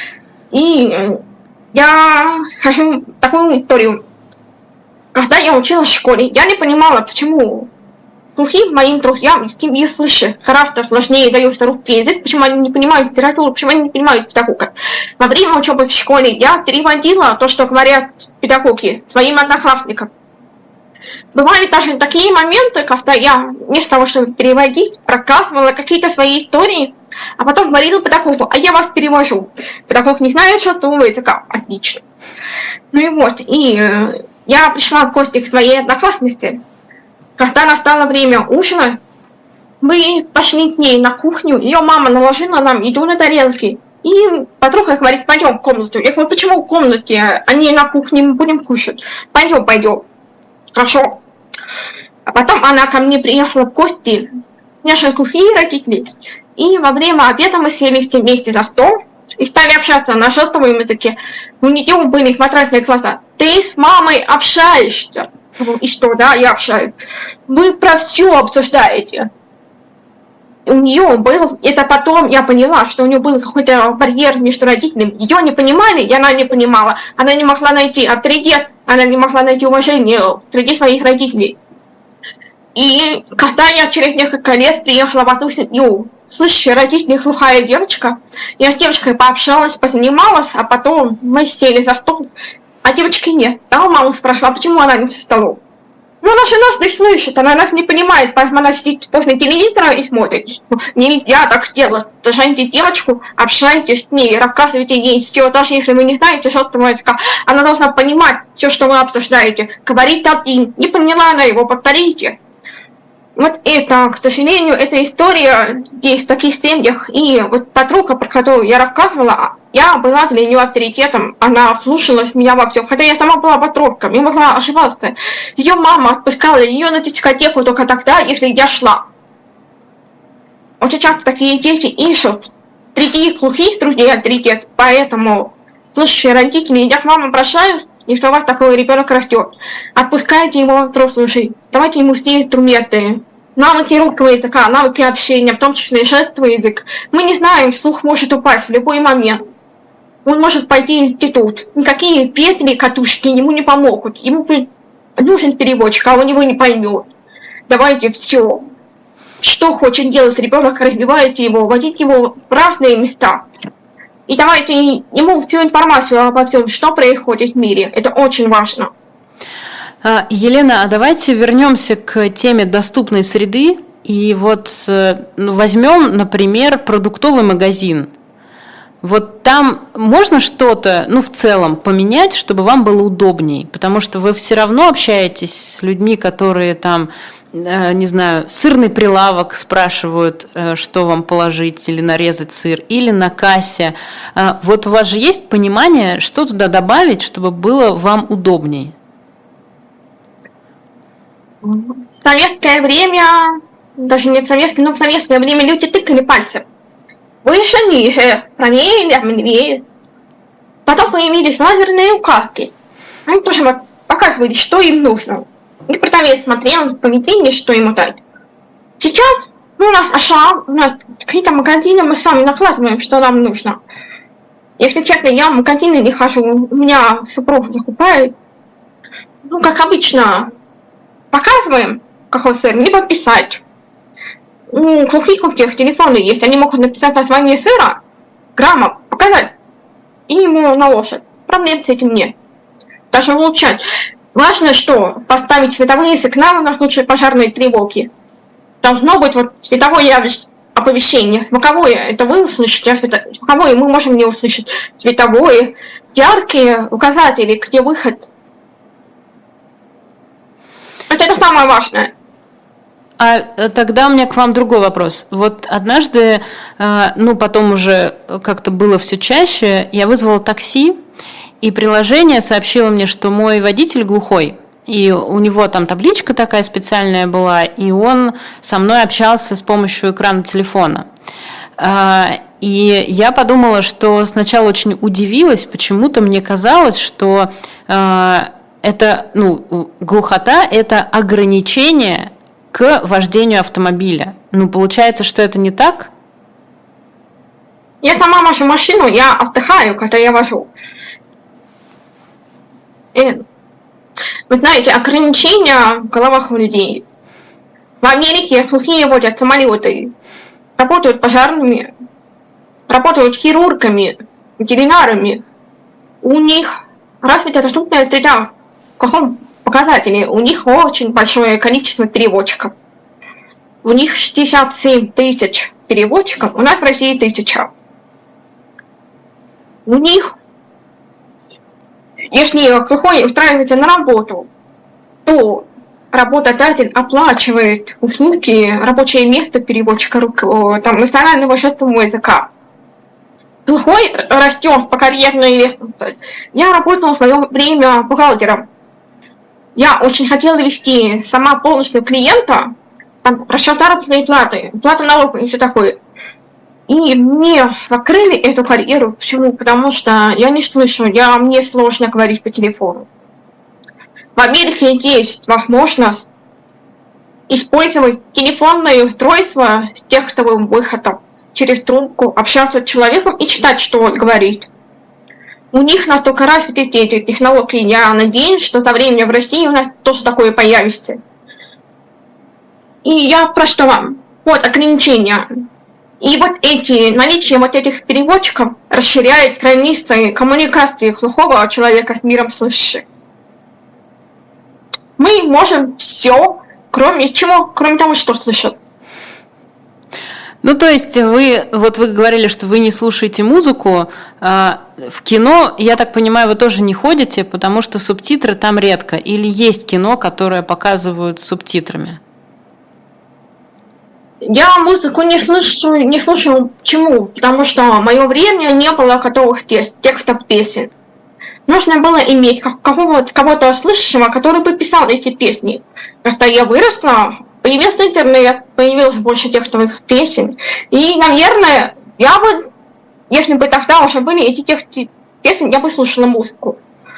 И я хочу такую историю. Когда я училась в школе, я не понимала, почему глухим моим друзьям, с кем я слышу, гораздо сложнее дается русский язык, почему они не понимают литературу, почему они не понимают педагога. Во время учебы в школе я переводила то, что говорят педагоги, своим одноклассникам. Бывали даже такие моменты, когда я вместо того, чтобы переводить, рассказывала какие-то свои истории, а потом говорила педагогу, а я вас перевожу. Педагог не знает шестого языка. Отлично. Ну и вот, и э, я пришла в гости к своей однокласснице. Когда настало время ужина, мы пошли к ней на кухню, ее мама наложила нам еду на тарелки. И подруга говорит, пойдем в комнату. Я говорю, почему в комнате, а не на кухне, мы будем кушать. Пойдем, пойдем. Хорошо. А потом она ко мне приехала в гости, наши глухие родители. И во время обеда мы сели все вместе за стол и стали общаться на жестовом языке. У нее были смотрительные глаза. Ты с мамой общаешься. И что, да, я общаюсь. Вы про все обсуждаете. И у нее был, это потом я поняла, что у нее был какой-то барьер между родителями. Ее не понимали, и она не понимала. Она не могла найти авторитет, она не могла найти уважение среди своих родителей. И когда я через несколько лет приехала в одну семью, слышащая родители глухая девочка, я с девочкой пообщалась, позанималась, а потом мы сели за стол, а девочки нет. Я у мамы спрашивала, почему она не за столом. Ну, она же нас не слышит, она нас не понимает, поэтому она сидит после телевизора и смотрит. Нельзя так делать. Сажайте девочку, общайтесь с ней, рассказывайте ей все, даже если вы не знаете жесткого языка. Она должна понимать все, что вы обсуждаете. Говорит один, не поняла она его, повторите. Вот это, к сожалению, эта история есть в таких семьях. И вот подруга, про которую я рассказывала, я была для нее авторитетом, она слушалась меня во всем. Хотя я сама была подростком, я могла ошибаться. Ее мама отпускала ее на дискотеку только тогда, если я шла. Очень часто такие дети ищут среди глухих друзей авторитет, поэтому слушающие родители, я к вам обращаюсь, если у вас такой ребенок растет, отпускайте его во взрослую жизнь, давайте ему все инструменты, навыки русского языка, навыки общения, в том числе и жестовый язык. Мы не знаем, слух может упасть в любой момент. Он может пойти в институт. Никакие петли, катушки ему не помогут. Ему нужен переводчик, а он его не поймет. Давайте все. Что хочет делать ребенок, развивайте его, водите его в разные места. И давайте ему всю информацию обо всем, что происходит в мире. Это очень важно. Елена, а давайте вернемся к теме доступной среды. И вот ну, возьмем, например, продуктовый магазин. Вот там можно что-то, ну, в целом поменять, чтобы вам было удобней, потому что вы все равно общаетесь с людьми, которые там, э, не знаю, сырный прилавок спрашивают, э, что вам положить или нарезать сыр, или на кассе. Э, вот у вас же есть понимание, что туда добавить, чтобы было вам удобней? В советское время, даже не в советское, но в советское время люди тыкали пальцем. Выше, ниже, правее, левее. Потом появились лазерные указки. Они тоже показывали, что им нужно. И продавец смотрел по витрине, что ему дать. Сейчас ну, у нас ашал, у нас какие-то магазины, мы сами накладываем, что нам нужно. Если честно, я в магазины не хожу, у меня супруг закупает. Ну, как обычно, показываем, какой сыр, либо писать. У глухих у всех телефоны есть, они могут написать название сыра, грамма, показать, и ему наложат. Проблем с этим нет. Даже улучшать. Важно, что поставить световые сигналы на случай пожарной тревоги. Должно быть вот световое оповещение. Звуковое, это вы услышите, а звуковое мы можем не услышать. Световое, яркие указатели, где выход. Вот это самое важное. А тогда у меня к вам другой вопрос. Вот однажды, ну потом уже как-то было все чаще, я вызвала такси, и приложение сообщило мне, что мой водитель глухой, и у него там табличка такая специальная была, и он со мной общался с помощью экрана телефона. И я подумала, что сначала очень удивилась, почему-то мне казалось, что это, ну, глухота – это ограничение к вождению автомобиля. Ну, получается, что это не так? Я сама вожу машину, я отдыхаю, когда я вожу. И, вы знаете, ограничения в головах у людей. В Америке глухие водят самолеты, работают пожарными, работают хирургами, ветеринарами. У них развита доступная среда. В каком показатели? У них очень большое количество переводчиков. У них шестьдесят семь тысяч переводчиков, у нас в России тысяча. У них, если глухой устраивается на работу, то работодатель оплачивает услуги, рабочее место переводчика там, национального жестового языка. Глухой растет по карьерной лестнице. Я работала в свое время бухгалтером. Я очень хотела вести сама полностью клиента, там, расчет заработной платы, плата налогов и все такое. И мне закрыли эту карьеру. Почему? Потому что я не слышу, я, мне сложно говорить по телефону. В Америке есть возможность использовать телефонное устройство с текстовым выходом через трубку, общаться с человеком и читать, что он говорит. У них настолько развиты эти технологии, я надеюсь, что со временем в России у нас тоже такое появится. И я прошу вам, вот ограничения. И вот эти, наличие вот этих переводчиков расширяет границы коммуникации глухого человека с миром слышащих. Мы можем все, кроме чего, кроме того, что слышат. Ну, то есть вы, вот вы говорили, что вы не слушаете музыку, а в кино, я так понимаю, вы тоже не ходите, потому что субтитры там редко, или есть кино, которое показывают с субтитрами? Я музыку не слышу, не слушаю. Почему? Потому что в мое время не было готовых текстов песен. Нужно было иметь какого-то, кого-то слышащего, который бы писал эти песни. Когда я выросла, появился интернет, появилось больше текстовых песен. И, наверное, я бы Если бы тогда уже были эти тексты песен, я бы слушала музыку.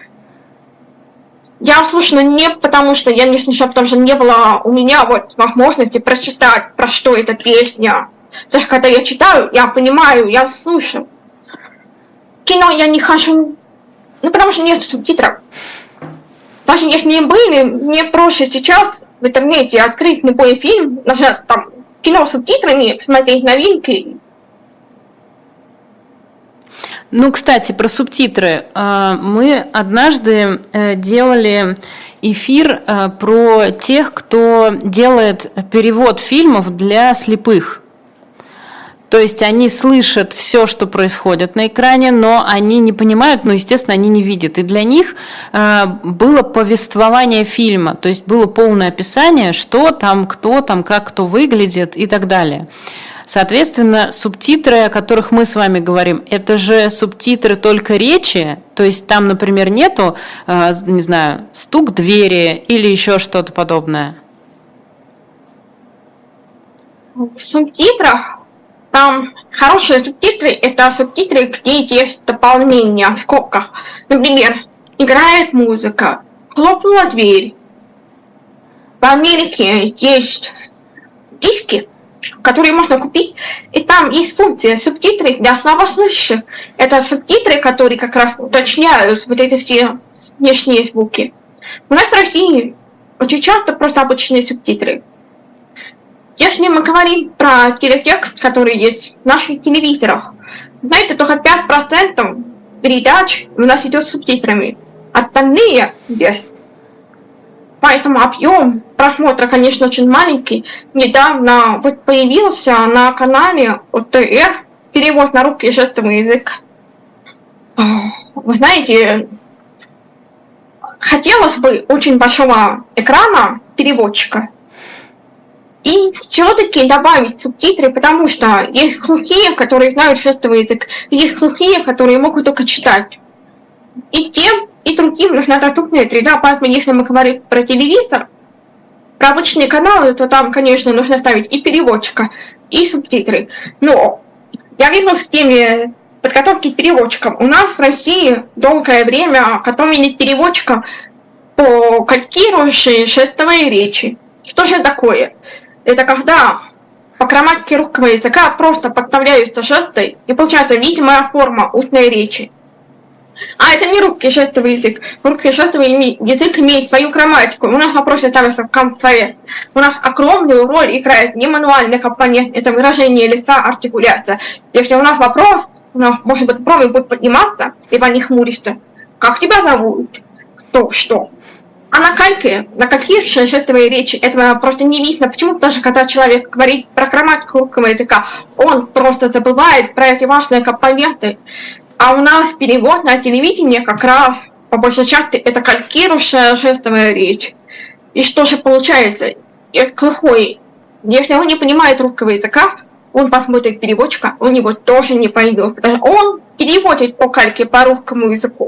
Я слушала не потому, что я не слышала, потому что не было у меня вот возможности прочитать, про что эта песня. Даже когда я читаю, я понимаю, я слушаю. В кино я не хожу, ну потому что нет субтитров. Даже если и были, мне проще сейчас в интернете открыть любой фильм, нажать там кино с субтитрами, посмотреть новинки. Ну, кстати, про субтитры. Мы однажды делали эфир про тех, кто делает перевод фильмов для слепых. То есть они слышат все, что происходит на экране, но они не понимают, ну, естественно, они не видят. И для них было повествование фильма, то есть было полное описание, что там, кто там, как кто выглядит и так далее. Соответственно, субтитры, о которых мы с вами говорим, это же субтитры только речи, то есть там, например, нету, не знаю, стук двери или еще что-то подобное. В субтитрах там хорошие субтитры, это субтитры, где есть дополнения в скобках. Например, играет музыка, хлопнула дверь. В Америке есть диски, которые можно купить, и там есть функция субтитры для слабослышащих. Это субтитры, которые как раз уточняют вот эти все внешние звуки. У нас в России очень часто просто обычные субтитры. Если мы говорим про телетекст, который есть в наших телевизорах, знаете, только пять процентов передач у нас идет с субтитрами, остальные без. Поэтому объем просмотра, конечно, очень маленький. Недавно вот появился на канале о тэ эр перевод на русский жестовый язык. Вы знаете, хотелось бы очень большого экрана переводчика и все-таки добавить субтитры, потому что есть глухие, которые знают жестовый язык, есть глухие, которые могут только читать. И тем, и другим нужна доступная среда, поэтому если мы говорим про телевизор, про обычные каналы, то там, конечно, нужно ставить и переводчика, и субтитры. Но я вернусь к теме подготовки к переводчикам. У нас в России долгое время готовили переводчика по калькирующей жестовой речи. Что же такое? Это когда по грамматике русского языка просто подставляются жесты, и получается видимая форма устной речи. А это не русский жестовый язык. Русский жестовый язык имеет свою грамматику. У нас вопросы ставятся в конце. У нас огромную роль играет не мануальный компонент, это выражение лица, артикуляция. Если у нас вопрос, у нас, может быть, брови будут подниматься, либо они хмурятся. Как тебя зовут? Кто, что? А на кальке, на какие жестовые речи, этого просто не видно. Почему? Потому что когда человек говорит про грамматику русского языка, он просто забывает про эти важные компоненты. А у нас перевод на телевидении как раз, по большей части, это калькирующая жестовая речь. И что же получается? Глухой, если он не понимает русского языка, он посмотрит переводчика, он его тоже не поймет, потому что он переводит по кальке по русскому языку.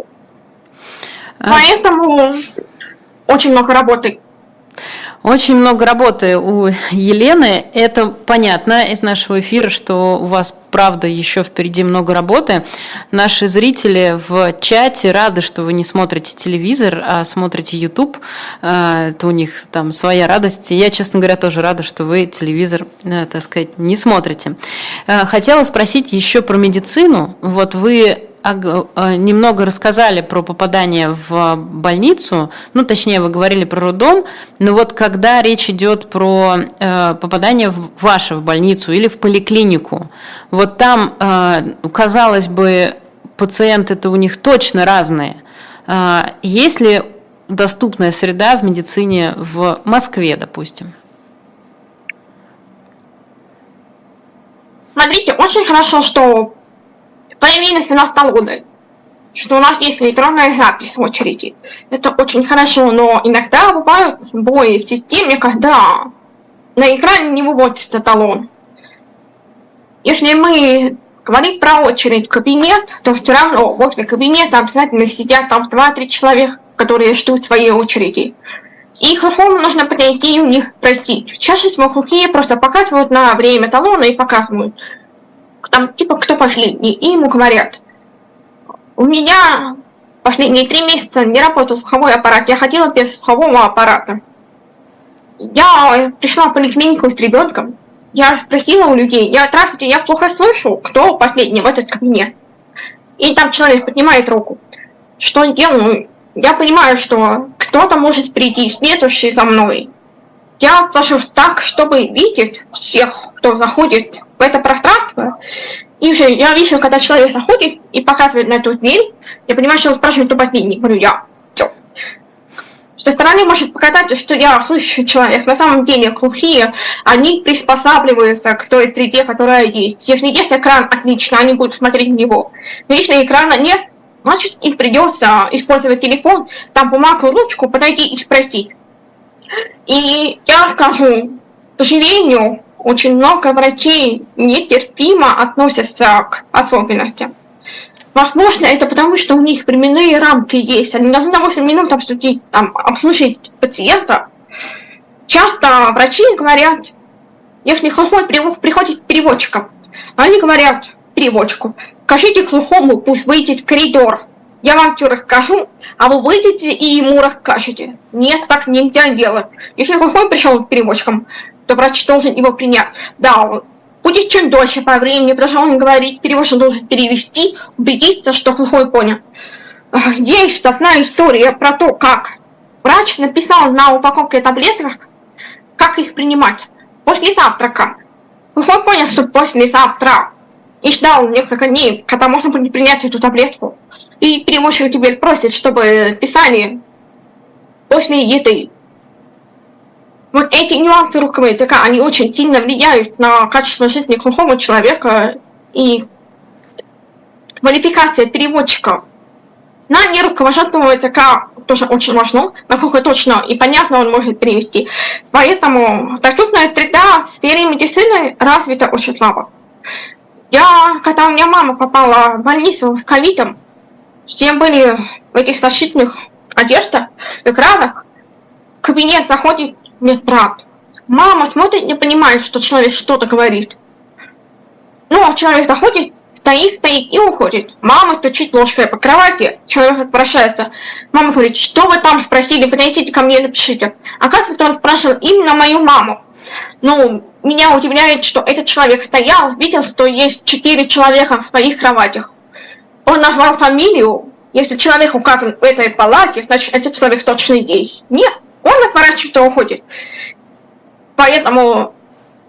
А... Поэтому очень много работы. Очень много работы у Елены. Это понятно из нашего эфира, что у вас, правда, еще впереди много работы. Наши зрители в чате рады, что вы не смотрите телевизор, а смотрите YouTube. Это у них там своя радость. Я, честно говоря, тоже рада, что вы телевизор, так сказать, не смотрите. Хотела спросить еще про медицину. Вот вы немного рассказали про попадание в больницу, ну, точнее, вы говорили про роддом, но вот когда речь идет про э, попадание в ваше в больницу или в поликлинику, вот там, э, казалось бы, пациенты-то у них точно разные. Э, есть ли доступная среда в медицине в Москве, допустим? Смотрите, очень хорошо, что появились у нас талоны, что у нас есть электронная запись в очереди. Это очень хорошо, но иногда бывают сбои в системе, когда на экране не выводится талон. Если мы говорим про очередь в кабинет, то все равно возле кабинета обязательно сидят там два-три человека, которые ждут своей очереди. И глухому нужно подойти и у них просить. Чаще всего глухие просто показывают на время талона и показывают. там, типа, кто последний, и ему говорят, у меня последние три месяца не работал слуховой аппарат, я ходила без слухового аппарата. Я пришла в поликлинику с ребенком, я спросила у людей, я, здравствуйте, я плохо слышу, кто последний в этот кабинет? И там человек поднимает руку. Что я делаю? Я понимаю, что кто-то может прийти следующий за мной. Я сажусь так, чтобы видеть всех, кто заходит в это пространство. И уже я вижу, когда человек заходит и показывает на эту дверь, я понимаю, что он спрашивает, кто последний. Говорю, я. Все. Со стороны может показаться, что я слышащий человек. На самом деле глухие, они приспосабливаются к той среде, которая есть. Если есть экран, отлично, они будут смотреть в него. Но если экрана нет, значит, им придется использовать телефон, там бумагу, ручку, подойти и спросить. И я скажу, к сожалению, очень много врачей нетерпимо относятся к особенностям. Возможно, это потому, что у них временные рамки есть. Они должны на восемь минут обсудить, там, обслужить пациента. Часто врачи говорят, если глухой приходит переводчиком, они говорят переводчику, скажите глухому, пусть выйдет в коридор. Я вам все расскажу, а вы выйдете и ему расскажете. Нет, так нельзя делать. Если глухой пришел переводчиком, то врач должен его принять. Да, будет чуть дольше по времени, потому что он говорит, переводчик должен перевести, убедиться, что глухой понял. Есть одна история про то, как врач написал на упаковке таблеток, как их принимать. После завтрака. Глухой понял, что после завтра. И ждал несколько дней, когда можно будет принять эту таблетку. И переводчик теперь просит, чтобы писали после еды. Вот эти нюансы русского языка, они очень сильно влияют на качество жизни глухого человека и квалификация переводчика на нерусского жестового языка тоже очень важно, насколько точно и понятно он может перевести. Поэтому доступная среда в сфере медицины развита очень слабо. Я, когда у меня мама попала в больницу с ковидом, все были в этих защитных одеждах, экранах, в кабинет заходит медбрат. Мама смотрит, не понимает, что человек что-то говорит. Ну, человек заходит, стоит, стоит и уходит. Мама стучит ложкой по кровати, человек отвращается. Мама говорит, что вы там спросили, подойдите ко мне, напишите. Оказывается, он спрашивал именно мою маму. Ну, меня удивляет, что этот человек стоял, видел, что есть четыре человека в своих кроватях. Он назвал фамилию, если человек указан в этой палате, значит, этот человек точно есть. Нет, он отворачивается и уходит. Поэтому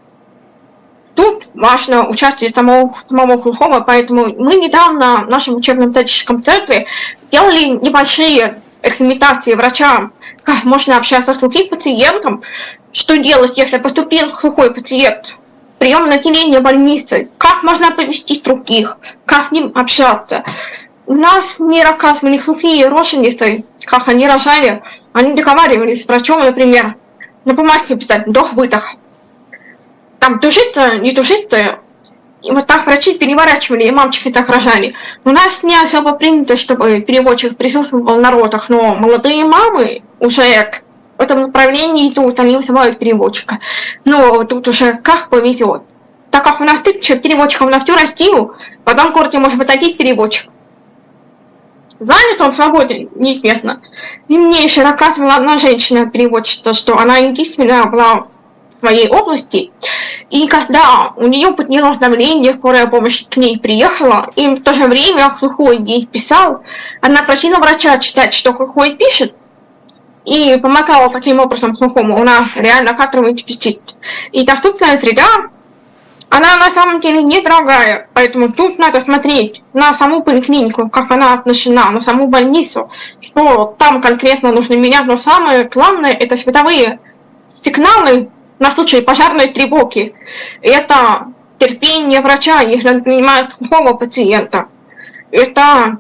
тут важно участие самого, самого глухого, поэтому мы недавно в нашем учебно-методическом центре делали небольшие рекомендации врачам, как можно общаться с глухим пациентом, что делать, если поступил глухой пациент в приемное отделение больницы, как можно повести других, как с ним общаться. У нас мне рассказывали глухие родственницы, как они рожали, они договаривались с врачом, например, на бумажке писать вдох-выдох. Там тужится, не тужится, и вот так врачи переворачивали, и мамочки так рожали. У нас не особо принято, чтобы переводчик присутствовал на родах, но молодые мамы уже в этом направлении идут, они вызывают переводчика. Но тут уже как повезет. Так как у нас тысяча переводчиков на всю Россию, в одном городе может быть один переводчик. Занят он свободен, неизвестно. И мне еще рассказывала одна женщина-переводчица, что она единственная была в своей области. И когда у нее поднялось давление, скорая помощь к ней приехала, и в то же время глухой ей писал, она просила врача читать, что глухой пишет, и помогала таким образом глухому. Она реально кадровый дефицит. И доступная среда, она на самом деле недорогая, поэтому тут надо смотреть на саму поликлинику, как она отношена, на саму больницу, что там конкретно нужно менять. Но самое главное, это световые сигналы на случай пожарной тревоги. Это терпение врача, если он принимает глухого пациента. Это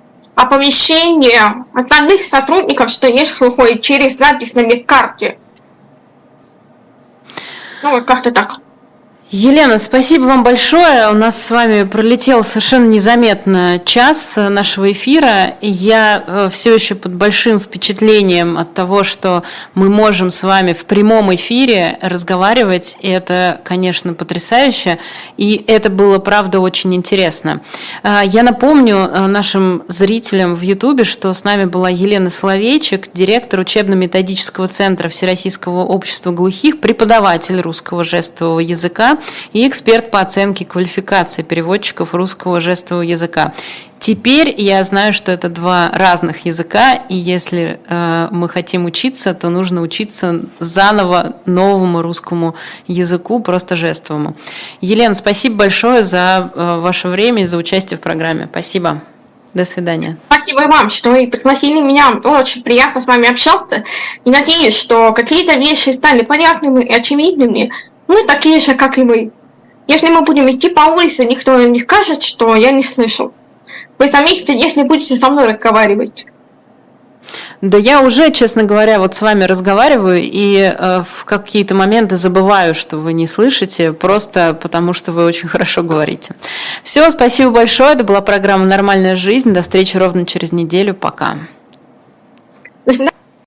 оповещение остальных сотрудников, что есть глухой, через запись на медкарте. Ну вот как-то так. Елена, спасибо вам большое. У нас с вами пролетел совершенно незаметно час нашего эфира. И я все еще под большим впечатлением от того, что мы можем с вами в прямом эфире разговаривать. И это, конечно, потрясающе. И это было, правда, очень интересно. Я напомню нашим зрителям в Ютубе, что с нами была Елена Соловейчик, директор учебно-методического центра Всероссийского общества глухих, преподаватель русского жестового языка и эксперт по оценке квалификации переводчиков русского жестового языка. Теперь я знаю, что это два разных языка, и если э, мы хотим учиться, то нужно учиться заново новому русскому языку, просто жестовому. Елена, спасибо большое за э, ваше время и за участие в программе. Спасибо. До свидания. Спасибо вам, что вы пригласили меня. Было очень приятно с вами общаться. И надеюсь, что какие-то вещи стали понятными и очевидными. Мы такие же, как и вы. Если мы будем идти по улице, никто не скажет, что я не слышал. Вы заметите, если будете со мной разговаривать. Да я уже, честно говоря, вот с вами разговариваю и э, в какие-то моменты забываю, что вы не слышите, просто потому что вы очень хорошо говорите. Все, спасибо большое. Это была программа «Нормальная жизнь». До встречи ровно через неделю. Пока. До свидания.